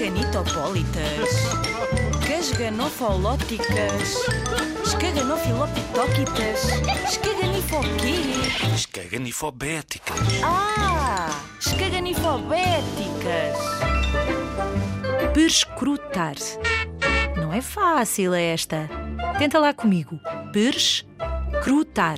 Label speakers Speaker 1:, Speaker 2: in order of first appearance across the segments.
Speaker 1: escaganitopólitas, casganofolóticas, escaganofiloptóquitas, escaganifoquê?
Speaker 2: Escaganifobéticas.
Speaker 1: Escaganifobéticas.
Speaker 3: Perscrutar. Não é fácil esta. Tenta lá comigo. Perscrutar.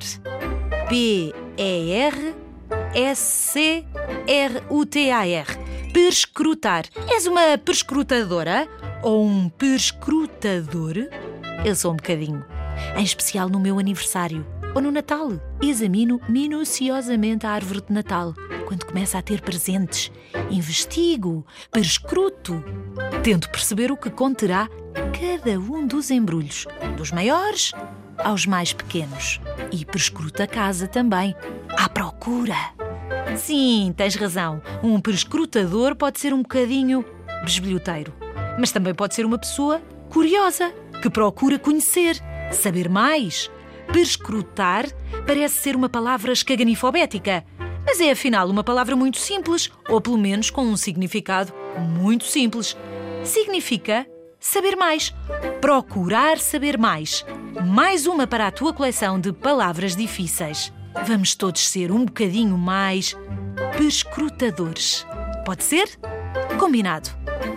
Speaker 3: P-E-R-S-C-R-U-T-A-R. Perscrutar. És uma perscrutadora ou um perscrutador? Eu sou um bocadinho. Em especial no meu aniversário ou no Natal. Examino minuciosamente a árvore de Natal. Quando começa a ter presentes, investigo, perscruto. Tento perceber o que conterá cada um dos embrulhos, dos maiores aos mais pequenos. E perscruto a casa também, à procura. Sim, tens razão. Um perscrutador pode ser um bocadinho besbilhoteiro, mas também pode ser uma pessoa curiosa, que procura conhecer, saber mais. Perscrutar parece ser uma palavra escaganifobética, mas é afinal uma palavra muito simples, ou pelo menos com um significado muito simples. Significa saber mais, procurar saber mais. Mais uma para a tua coleção de palavras difíceis. Vamos todos ser um bocadinho mais perscrutadores. Pode ser? Combinado.